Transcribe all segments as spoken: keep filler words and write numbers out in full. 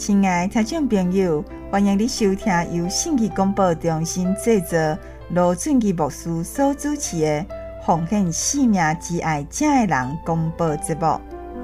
亲爱的听众朋友，欢迎你收听由信息广播中心制作、罗俊义牧师所主持的《奉献生命之爱正的人》广播节目。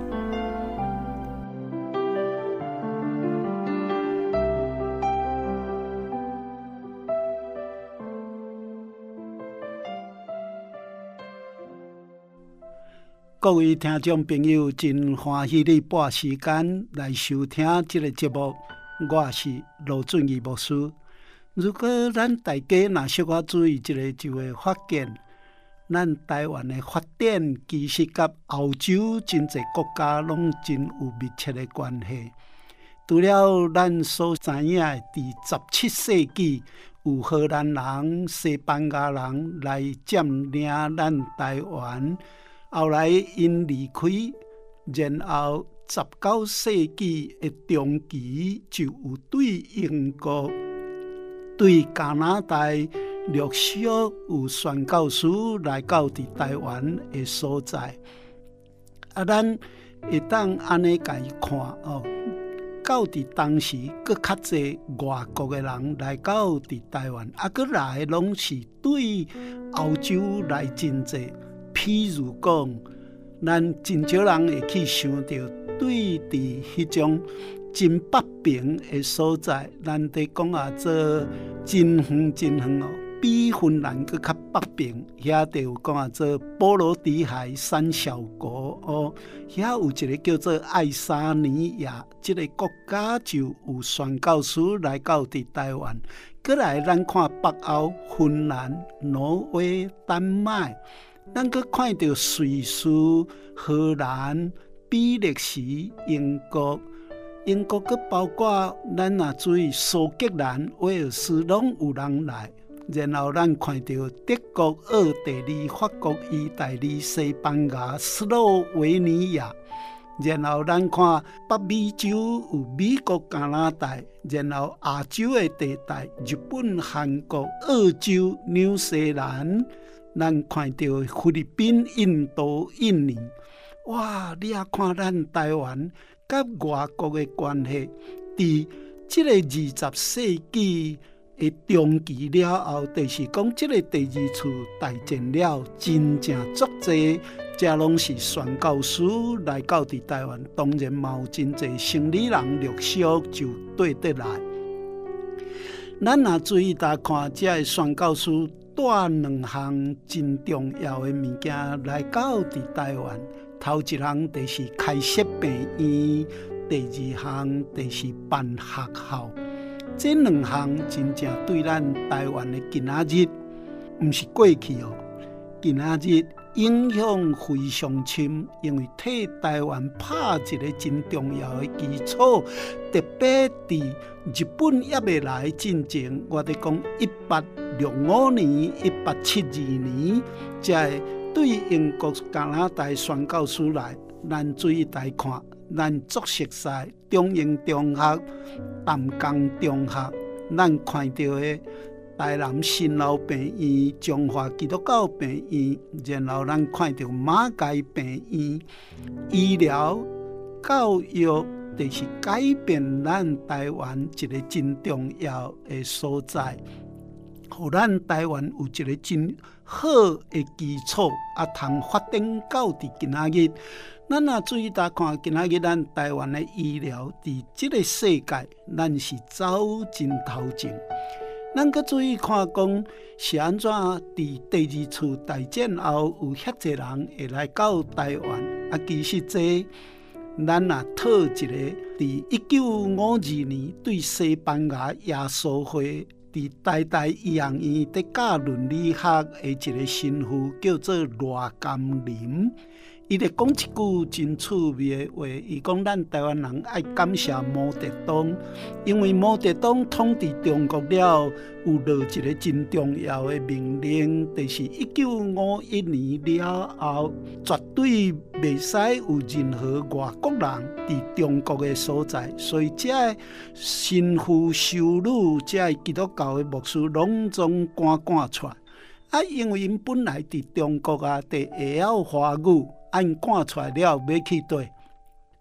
各位听众朋友，真欢喜你拨时间来收听这个节目。我是罗俊义牧师。如果咱大家若小可注意一个就会发现，咱台湾的发展其实甲欧洲真侪国家拢真有密切的关系。除了咱所知影的，伫十七世纪有荷兰人、西班牙人来占领咱台湾。后来因离开，然后十九世纪的中期就有对英国、对加拿大陆续有宣教师来到伫台湾的所在。啊，咱会当安尼甲伊看哦，到伫当时，佫较侪外国的人来到伫台湾，啊，佫来拢是对欧洲来真济。譬如讲，咱真少人会去想到，对伫迄种真北平的所在，咱伫讲啊做真远真远哦，比芬兰搁较北平，遐就有讲啊做波罗的海三小国哦，遐有一个叫做爱沙尼亚，这个国家就有宣教师来到伫台湾。过来，咱看北欧、芬兰、挪威、丹麦。咱阁看到瑞士、荷兰、比利时、英国，英国阁包括咱若注意苏格兰、威尔斯拢有人来。然后咱看到德国、奥地利、法国、意大利、西班牙、斯洛维尼亚。然后咱看北美洲有美国、加拿大，然后亚洲的地带日本、韩国、澳洲、纽西兰。咱看到菲律宾、印度、印尼，哇！你也看咱台湾甲外国的关系，伫这个二十世纪的中期了后，就是讲这个第二次大战了，真正足济，这拢是宣教师来到伫台湾，当然嘛有真济生理人陆续就对得来。咱若注意大看，这个宣教师。带两项真重要的物件来到伫台湾，头一项就是开设病院，第二项就是办学校。这两项真正对咱台湾的今仔日，不是过去哦，今仔日影响非常深，因为替台湾打一个真重要的基础，特别伫日本也未来进前，我哋讲一八六五年、一八七二年，才对英国、加拿大宣教师来，咱注意来看，咱足熟悉中英中学、淡江中学，咱看到的台南新老病院、中华基督教病院，然后咱看到马偕病院，医疗、教育。就是改变咱台湾一个真重要的所在，互咱台湾有一个真好的基础，啊，通发展到伫今仔日。咱若注意大看，今仔日咱台湾的医疗伫这个世界，咱是走真头前。咱阁注意看讲，是安怎伫第二次大战后，有遐济人会来到台湾？啊，其实这。咱若套一个，伫一九五二年对西班牙耶稣会伫台大医学院伫教伦理学的一个神父，叫做罗甘林。伊咧讲一句真趣味的话，伊讲咱台湾人爱感谢毛泽东，因为毛泽东统治中国了，有落一个真重要的命令，就是一九五一年了后，绝对袂使有任何外国人伫中国的所在，所以这神父、修女、这基督教的牧师，拢总赶赶出来。啊，因为因本来伫中国啊，伫会晓华语。按赶出来了，要去对，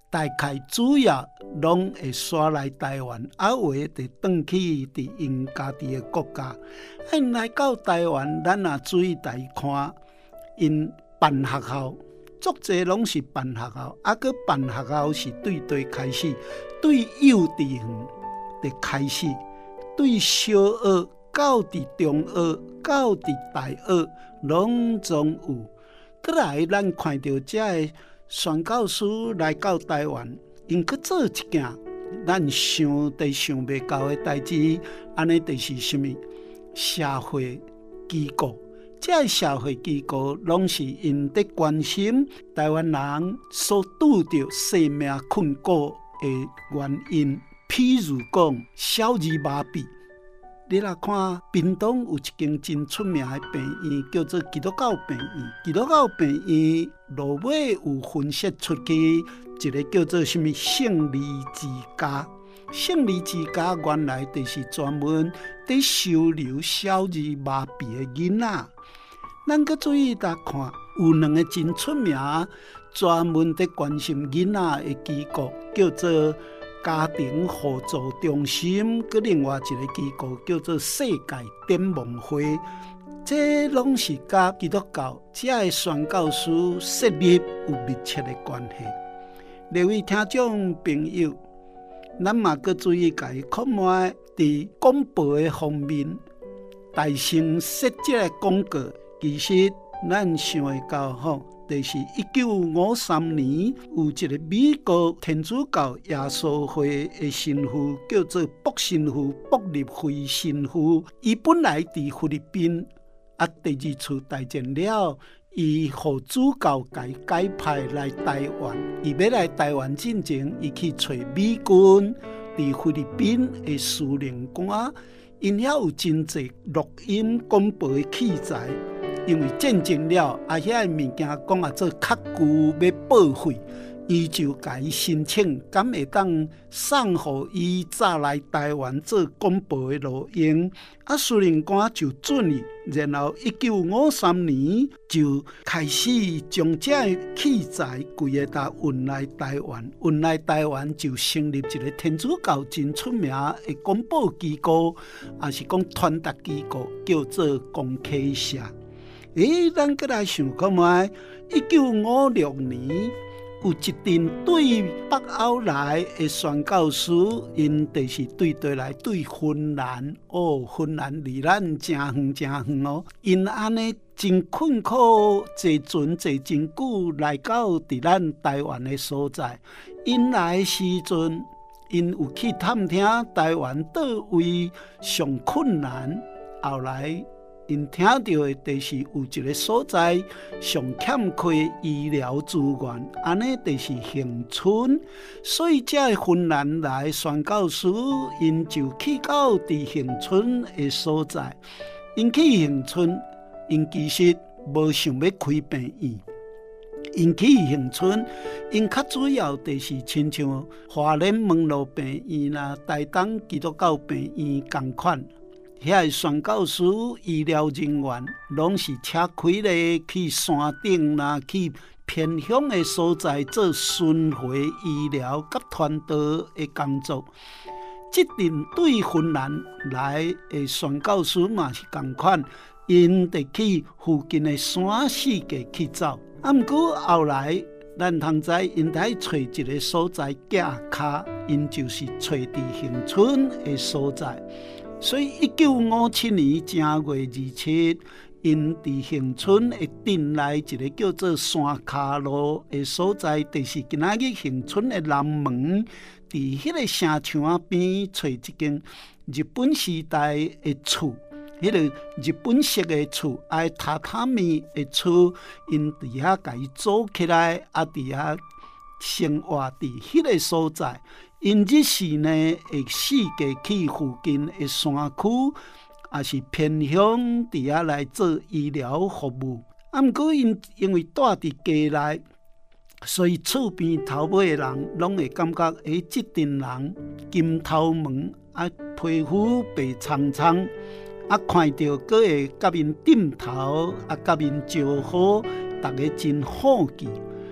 大概主要拢会刷来台湾，啊有的就转去伫因家己的国家。因来到台湾，咱也注意来看，因办学校，足侪拢是办学校，啊个办学校是对对开始，对幼稚园就开始，对小学到伫中学到伫大学拢总有。过来，咱看到这个宣教师来到台湾，因去做一件咱想都想袂到的代志，安尼就是什么社会机构。这社会机构拢是因伫关心台湾人所拄着生命困苦的原因，譬如讲小儿麻痹。你来看，屏东有一间真出名的病院，叫做基督教病院。基督教病院落尾有分析出去一个叫做什么胜利之家。胜利之家原来就是专门在收留小儿麻痹的囡仔。咱搁注意来看，有两个真出名专门在关心囡仔的机构，叫做家庭互助中心，佮另外一个机构叫做世界展望会，这拢是甲基督教这个宣教师设立有密切的关系。各位听众朋友，咱嘛佮注意家看卖伫广播的方面，大声设这个广告，其实咱想会到吼。就是一九五三年，有一个美国天主教耶稣会的神父，叫做卜神父、卜立辉神父。伊本来伫菲律宾，啊，第二次大战了，伊互主教改改派来台湾。伊要来台湾进前，伊去找美军伫菲律宾的司令官，因遐有真侪录音广播的器材。因为战争了，啊，遐个物件讲啊做较旧要报废，伊就甲伊申请，敢会当送互伊早来台湾做广播的录音。啊，司令官就准伊，然后一九五三年就开始将这器材规个搭运来台湾，运来台湾就成立一个天主教真出名的广播机构，也是讲传达机构，叫做公客社。诶，咱再来想看卖，一九五六年有一阵对北欧来的宣教师，因就是对对来对芬兰哦，芬兰离咱真远真远哦。因安尼真困苦，坐船坐真久来到伫咱台湾的所在。因来时阵，因有去探听台湾倒位上困难，后来。因听到的就是有一个所在上欠缺医疗资源，安尼就是恒春，所以这芬兰来宣教师，因就去到伫恒春的所在。因去恒春，因其实无想要开病院。因去恒春，因较主要就是亲像花莲门路病院啦、台东基督教病院同款。遐个宣教师、医疗人员，拢是车开咧去山顶啦，去偏乡的所在做巡回医疗甲传道的工作。这阵对芬兰来的宣教师嘛是同款，因得去附近的山四界去走。啊，毋过后来咱通知因得找一个所在架卡，因就是找伫恒春的所在。所以，一九五七年正月二七，因伫恒春的镇内一个叫做山骹路的所在，就是今仔日恒春的南门，伫迄个城墙边找一间日本时代的厝，迄、那个日本式的厝，爱榻榻米的厝，因伫遐甲伊组起来，啊，伫遐生活伫迄个所在。因这时呢，会四界去附近的山区，也是偏乡伫遐来做医疗服务。啊，毋过因因为住伫家内，所以厝边头尾的人拢会感觉，诶，这阵人金头毛，啊，皮肤白苍苍，啊，看到佫会甲因点头，啊，甲因招呼，大家真好奇。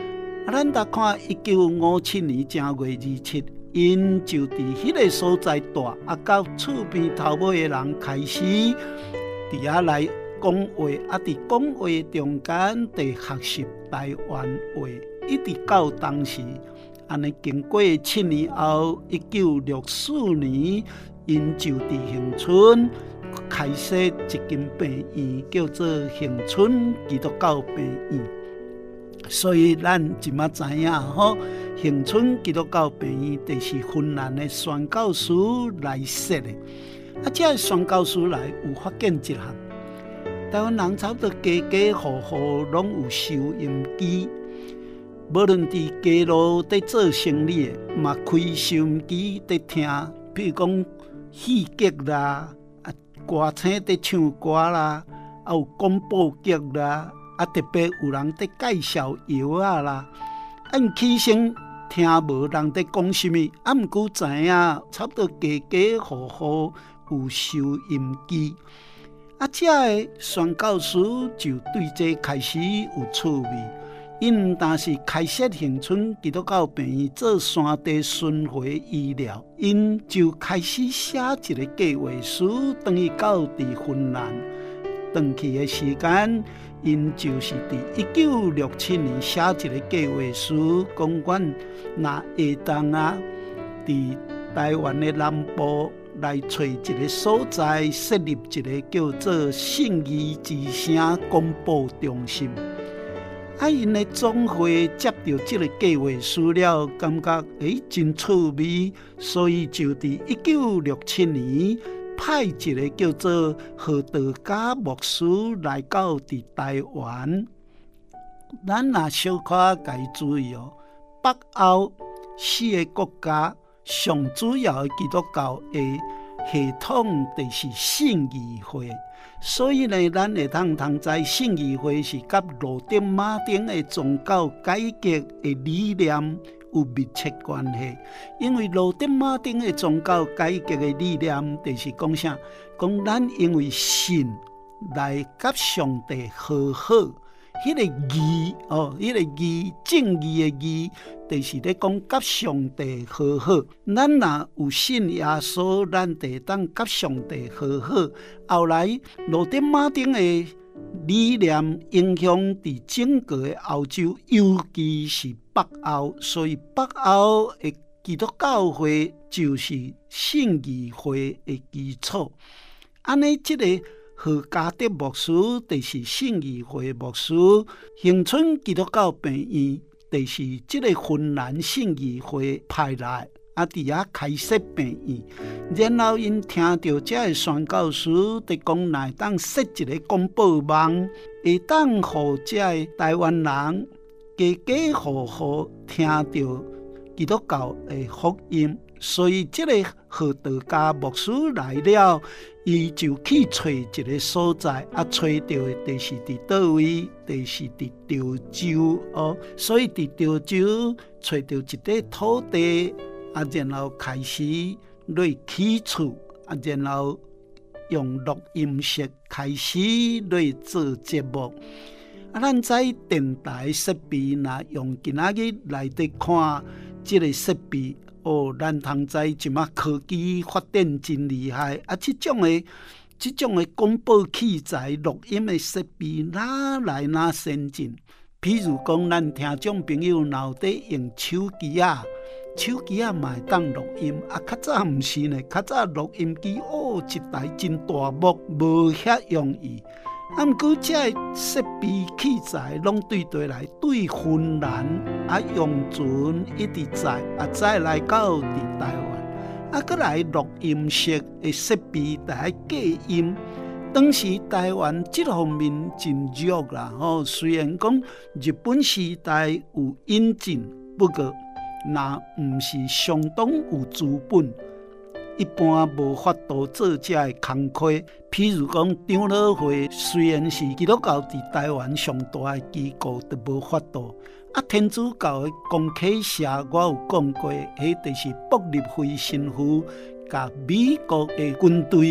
啊，咱来看一九五七年正月二七，因就伫迄个所在住，啊，到厝边头尾的人开始伫遐来讲话，啊，伫讲话中间伫学习台湾话，一直到当时，安尼经过七年后，一九六四年，因就伫恒春开设一间病院，叫做恒春基督教病院。所以咱即马知影吼，恒春基督教病院就是芬兰的宣教师来设的。啊，这个宣教师来有发现一项，台湾人差不多家家户户拢有收音机，无论伫街路在做生意的，嘛开收音机在听，比如讲戏剧啦，啊歌星在唱歌啦，啊有广播剧啦。啊，特别有人在介绍药啊啦，按起身听无人在讲什么，啊，毋过知影差不多家家户户有收音机。啊，这个宣教师就对这开始有趣味，因但是开设恒春基督教病院做山地巡回医疗，因就开始写一个计划书，等于到伫芬兰。回去的时间，因就是伫一九六七年写一个计划书，讲阮若会当啊，伫台湾的南部来找一个所在，设立一个叫做信义之声广播中心。啊，因的总会接到这个计划书了，感觉诶真趣味，所以就伫一九六七年。派一个叫做何道家牧师来到伫台湾，咱若小可该注意哦，北欧四个国家上主要的基督教的系统就是信义会，所以呢，咱会通通知信义会是甲罗丁马丁的宗教改革的理念有密切关系，因为罗丁马丁的宗教改革的理念，就是讲啥？讲咱因为信来甲上帝和好，迄、那个义哦，迄、那个义正义的义，就是咧讲甲上帝和好。咱若有信耶稣，咱就当甲上帝和好。后来罗丁马丁的理念影响伫整个的欧洲，尤其是北欧，所以北欧的基督教会就是信义会的基础。安尼，这个何家德牧师就是信义会牧师，恒春基督教病院就是这个芬兰信义会派来，啊，伫遐开设病院。然后因听到这个宣教师在讲，来当设一个广播网，会当互这个台湾人家家户户听到基督教的福音。所以这个何道家牧师来了，伊就去找一个所在，啊，找到的就是伫倒位，就是伫潮州哦。所以伫潮州找到一块土地，啊，然后开始来起厝，啊，然后用录音室开始来做节目。啊，咱在电台设备，若用今仔日来得看这个设备。哦，咱通知即马科技发展真厉害啊！这种的、这种的广播器材、录音的设备哪来哪先进？譬如讲，咱听众朋友脑袋用手机啊，手机啊嘛会当录音啊。较早毋是呢，较早录音机哦，一台真大幕，无遐容易。啊，毋过这设备器材拢对对来对芬兰啊，用船一直在啊，再来到伫台湾啊，搁来录音室的设备来隔音。当时台湾这方面真弱啦，吼、哦。虽然讲日本时代有引进，不过那毋是相当有资本。一般无法度做这个工课，譬如讲长老会，虽然是基督教伫台湾上大的机构，都无法度。啊，天主教的公启社，我有讲过，迄就是卜立会神父甲美国的军队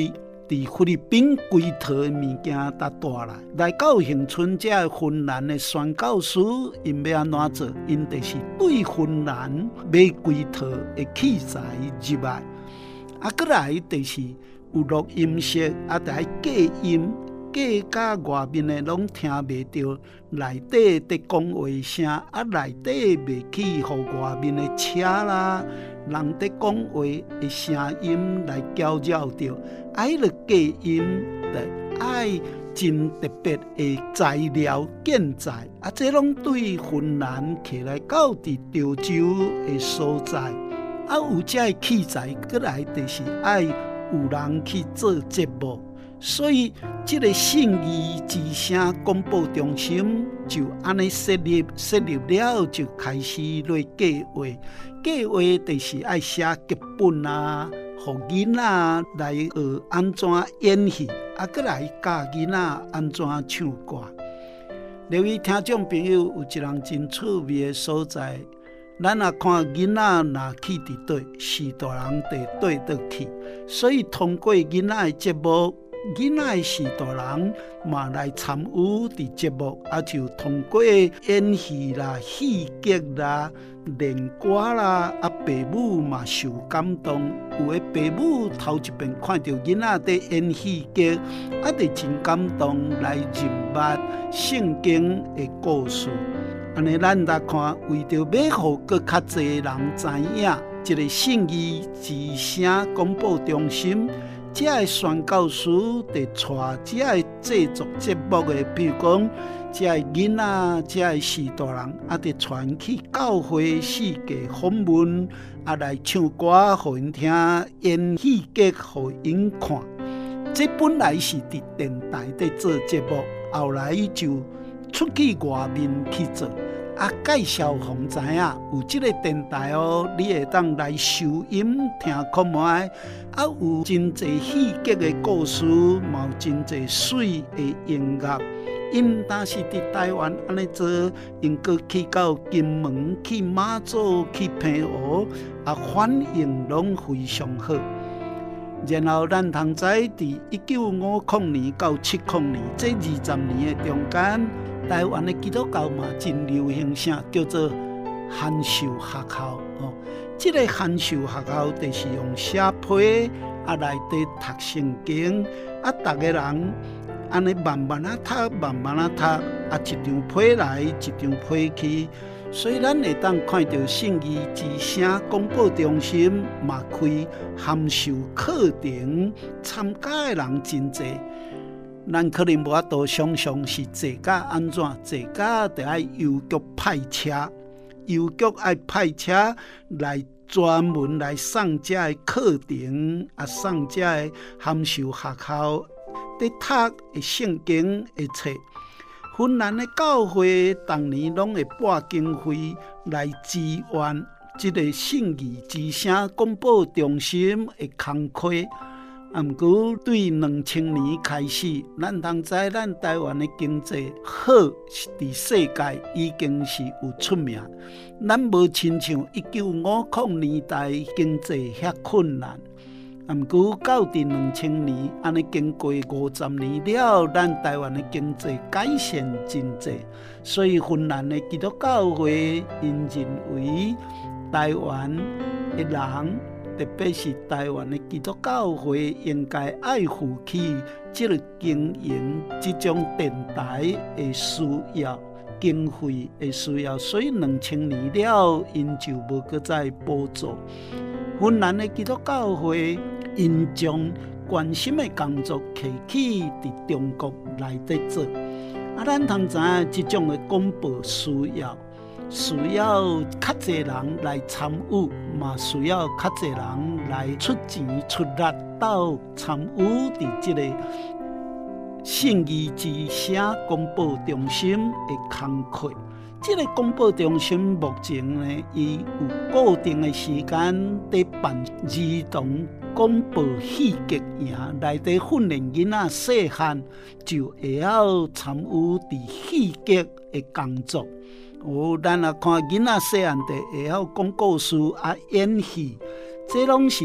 伫菲律宾规套的物件搭带来，来到恒春这个芬兰的宣教师，因要安怎做？因就是对芬兰买规套的器材入来，啊，过来就是有录音室，啊，得隔音。假甲外面的拢听袂到，内底在讲话声，啊，内底袂去互外面的车啦、人在讲话的声音来搅扰着。啊，迄个隔音得爱真特别的材料建材，啊，这拢对芬兰起来到伫潮州的所在，啊，有这器材过来，就是爱有人去做节目。所以，这个信义之声广播中心就安尼设立，设立了就开始来计划。计划就是爱写剧本啊，互囡仔来学安怎演戏，啊，搁来教囡仔安怎唱歌。留意听众朋友，有一人真趣味的所在。咱也看囡仔若去伫倒，是大人伫倒倒去，所以通过囡仔的节目。囡仔是大人嘛来参与伫节目，啊就通过演戏啦、戏剧啦、练歌啦，啊爸母嘛受感动。有的爸母头一遍看到囡仔在演戏剧，啊就真感动来认捌圣经的故事。安尼咱来看，为着要互更较侪人知影，这个信义之声广播中心。这个宣教师伫带这个制作节目的，比如讲，这个囡仔、这个士大人，啊，伫传去教会世界访问，啊，来唱歌，互因听，演戏剧，互因看。这本来是伫电台在做节目，后来就出去外面去做。啊，介绍互知影有这个电台哦，你会当来收音听看卖。啊，有真侪戏剧的故事，嘛有真侪水的音乐。因当时伫台湾安尼做，因过去到金门、去马祖、去澎湖，啊，反应拢非常好。然后咱通知伫一九五零年到七零年这二十年的中间。台湾的基督教嘛，真流行啥叫做函授学校哦。这个函授学校就是用写批啊来底读圣经，啊，逐个人安尼慢慢啊读，慢慢啊读，啊一张批来，一张批去。所以咱会当看到信义之声广播中心嘛开函授课程，参加的人真侪。咱可能无法度想象是坐甲安怎，坐甲就爱邮局派车，邮局爱派车来专门来送这个课程，啊送这个函授学校在读的圣经的册。芬兰的教会当年拢会拨经费来支援这个信义之声广播中心的工课。啊，毋过对两千年开始，咱通知咱台湾的经济好，伫世界已经是有出名。咱无亲像一九五零年代经济遐困难。啊，毋过到伫两千年，安尼经过五十年了，咱台湾的经济改善真济，所以芬兰的基督教会因认为台湾的人。特别是台湾的基督教会应该爱负起这个经营这种电台的需要、经费的需要，所以两千年了，因就无搁再补助。芬兰的基督教会因将关心的工作提起伫中国内底做，啊，咱通知影这种的广播需要。需要较侪人来参与，嘛需要较侪人来出钱出力到参与伫这个信义之声广播中心的工课。这个广播中心目前呢，伊有固定的时间在办儿童广播戏剧营，内底训练囡仔细汉就会晓参与伫戏剧的工作。哦，咱也看囡仔细汉地会晓讲故事啊、演戏，这拢是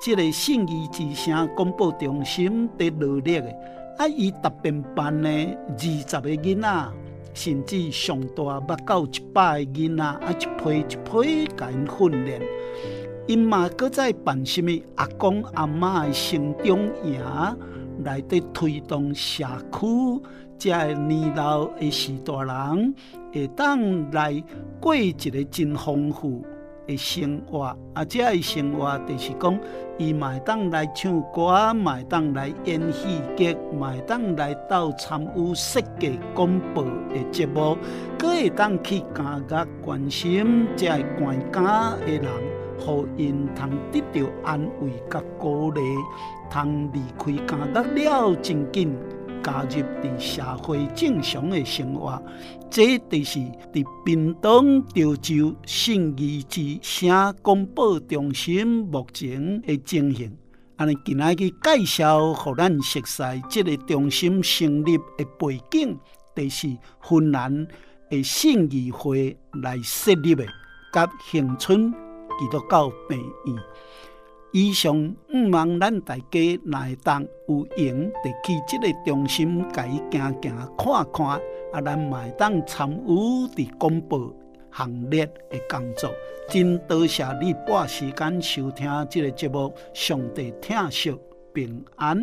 这个信义之声广播中心在努力的，啊，伊特别班呢二十个囡仔，甚至上大捌到一百个囡仔，啊，一批一批甲因训练。因嘛搁再办什么阿公阿嬷的成长营，来伫推动社区，这年老的士大人会当来过一个真丰富的生活。啊，这个生活就是讲，伊嘛会当来唱歌，嘛会当来演戏剧，嘛会当来到参与设计广播的节目，搁会当去加入关心这个关家的人。互因通得到安慰甲鼓励，通离开家乐了，真紧加入伫社会正常的生活。这就是伫屏东潮州信义之声广播中心目前的情形。安尼今仔日介绍，互咱熟悉这个中心成立的背景，就是芬兰的信义会来设立的，甲恒春基督教病院。以上毋望咱大家若会当有闲，就去这个中心，甲伊行行看看，啊，咱嘛会当参与伫广播行列的工作。真多谢你拨时间收听这个节目，上帝疼惜平安。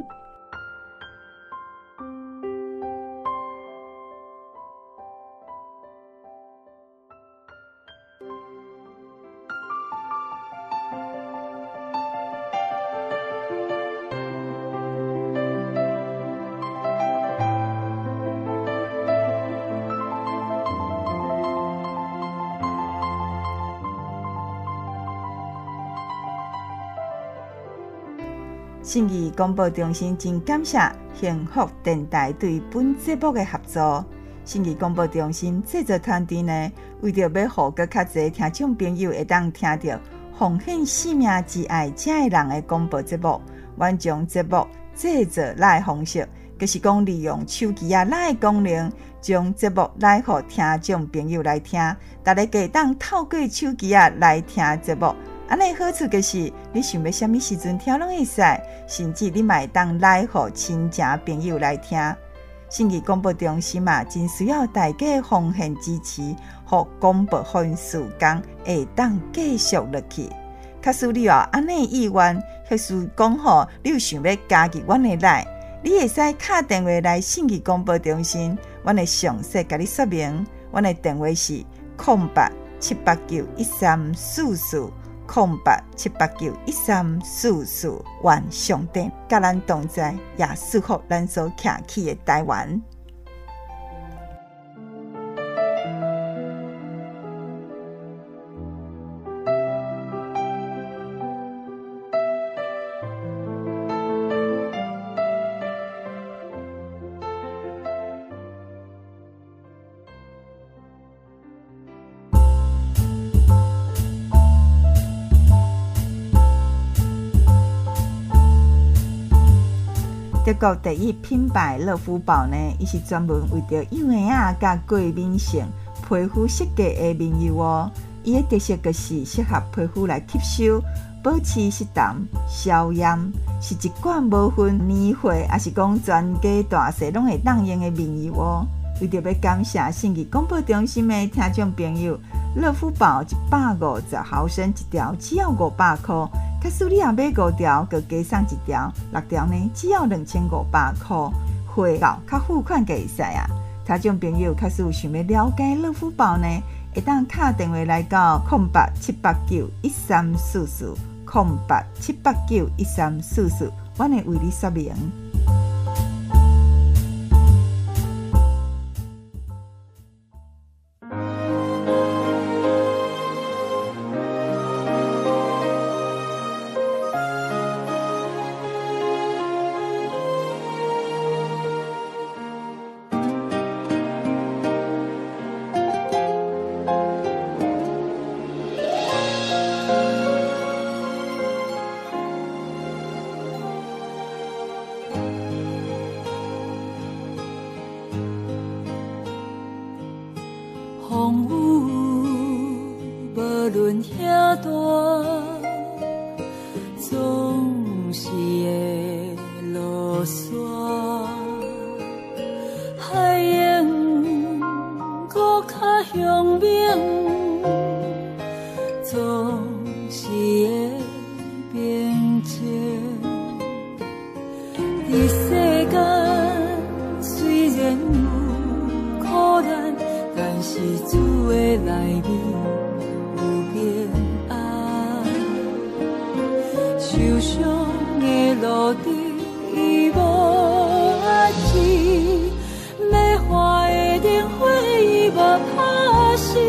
信义广播中心真感谢幸福电台对本节目的合作。信义广播中心制作团队呢，为着要互更较侪听众朋友会当听到奉献生命之爱这个人的广播节目，阮将节目制作来方式，就是讲利用手机啊来功能，将节目来互听众朋友来听，大家可以当透过手机啊来听节目。安尼好处就是，你想要什么时阵听拢会使，甚至你嘛会当来互亲戚朋友来听。信义广播中心嘛，真需要大家奉献支持，互广播发展时间会当继续落去。假使你有安尼意愿，或是讲吼，你有想要加入阮的来，你会使打电话来信义广播中心，阮会详细甲你说明。阮的电话是空八七八九一三四四。空八七八九一三四四，愿上帝甲咱同在，也祝福咱所徛起的台湾。德国第一品牌乐福宝呢，伊是专门为着幼儿仔甲过敏性皮肤设计的面油哦。伊的特色就是适合皮肤来吸收，保持湿淡、消炎，是一罐无分年岁，也是讲全家大细拢会当用的面油哦。为着要感谢信义广播中心的听众朋友，乐福宝一百五十毫升一条，只要五百块。假使你也买五条，佮加送一条，六条呢，只要两千五百块。汇到较付款就会使啊。听众朋友，假使有想要了解乐福宝呢，会当打电话来到空八七八九一三四四，空八七八九一三四四，我会为你说明。 风雨无论遐大，总伫世间虽然有苦难，但是主的内面有平安。受伤的路程已无暗时，要花的灯火已无拍死。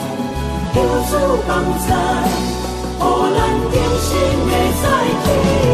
帮助，予咱定心的再起。